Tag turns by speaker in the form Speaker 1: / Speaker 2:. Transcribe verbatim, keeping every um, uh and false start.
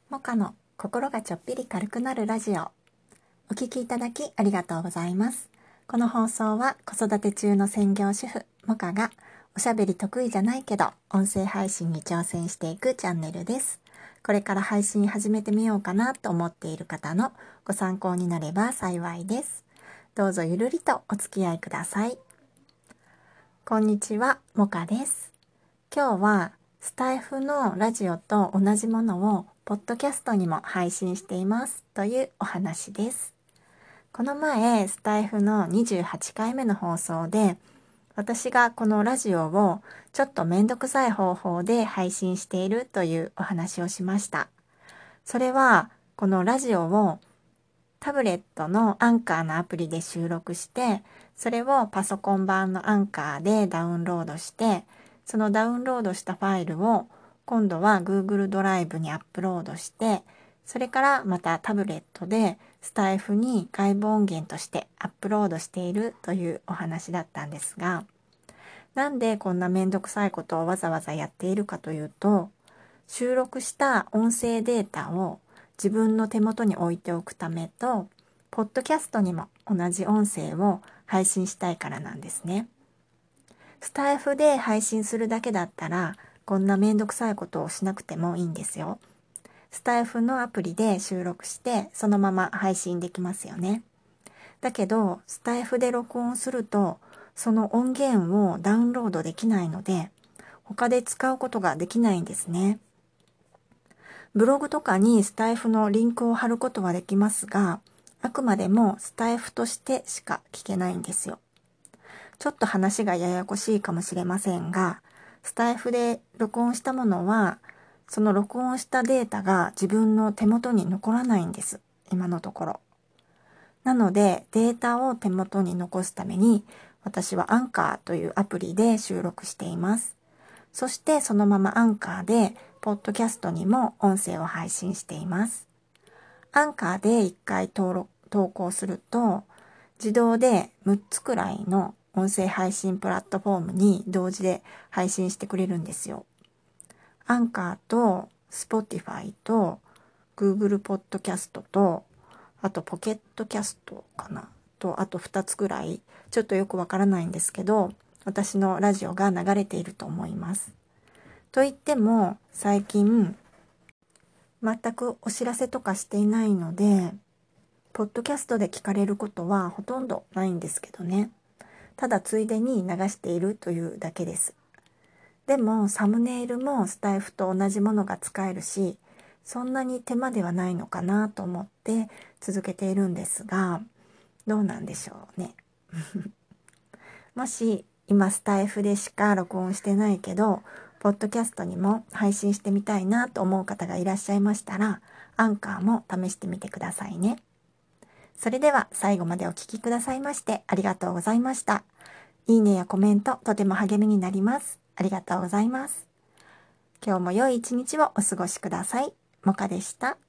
Speaker 1: モカの心がちょっぴり軽くなるラジオ。お聞きいただきありがとうございます。この放送は子育て中の専業主婦モカがおしゃべり得意じゃないけど音声配信に挑戦していくチャンネルです。これから配信始めてみようかなと思っている方のご参考になれば幸いです。どうぞゆるりとお付き合いください。こんにちは、モカです。今日はスタイフのラジオと同じものをポッドキャストにも配信していますというお話です。この前スタイフのにじゅうはちかいめの放送で私がこのラジオをちょっとめんどくさい方法で配信しているというお話をしました。それはこのラジオをタブレットのアンカーのアプリで収録してそれをパソコン版のアンカーでダウンロードしてそのダウンロードしたファイルを今度は Google ドライブにアップロードしてそれからまたタブレットでスタイフに外部音源としてアップロードしているというお話だったんですが、なんでこんなめんどくさいことをわざわざやっているかというと、収録した音声データを自分の手元に置いておくためと、ポッドキャストにも同じ音声を配信したいからなんですね。スタイフで配信するだけだったら、こんなめんどくさいことをしなくてもいいんですよ。スタイフのアプリで収録してそのまま配信できますよね。だけど、スタイフで録音すると、その音源をダウンロードできないので、他で使うことができないんですね。ブログとかにスタイフのリンクを貼ることはできますが、あくまでもスタイフとしてしか聞けないんですよ。ちょっと話がややこしいかもしれませんが、スタイフで録音したものは、その録音したデータが自分の手元に残らないんです。今のところ。なので、データを手元に残すために、私はアンカーというアプリで収録しています。そしてそのままアンカーで、ポッドキャストにも音声を配信しています。アンカーでいっかい登録、投稿すると、自動でむっつくらいの音声配信プラットフォームに同時で配信してくれるんですよ。アンカーと Spotify と Google ポッドキャストとあとポケットキャストかなとあとふたつくらいちょっとよくわからないんですけど私のラジオが流れていると思います。と言っても最近全くお知らせとかしていないのでポッドキャストで聞かれることはほとんどないんですけどね。ただついでに流しているというだけです。でもサムネイルもスタイフと同じものが使えるしそんなに手間ではないのかなと思って続けているんですがどうなんでしょうねもし今スタイフでしか録音してないけどポッドキャストにも配信してみたいなと思う方がいらっしゃいましたらアンカーも試してみてくださいね。それでは最後までお聞きくださいましてありがとうございました。いいねやコメントとても励みになります。ありがとうございます。今日も良い一日をお過ごしください。もかでした。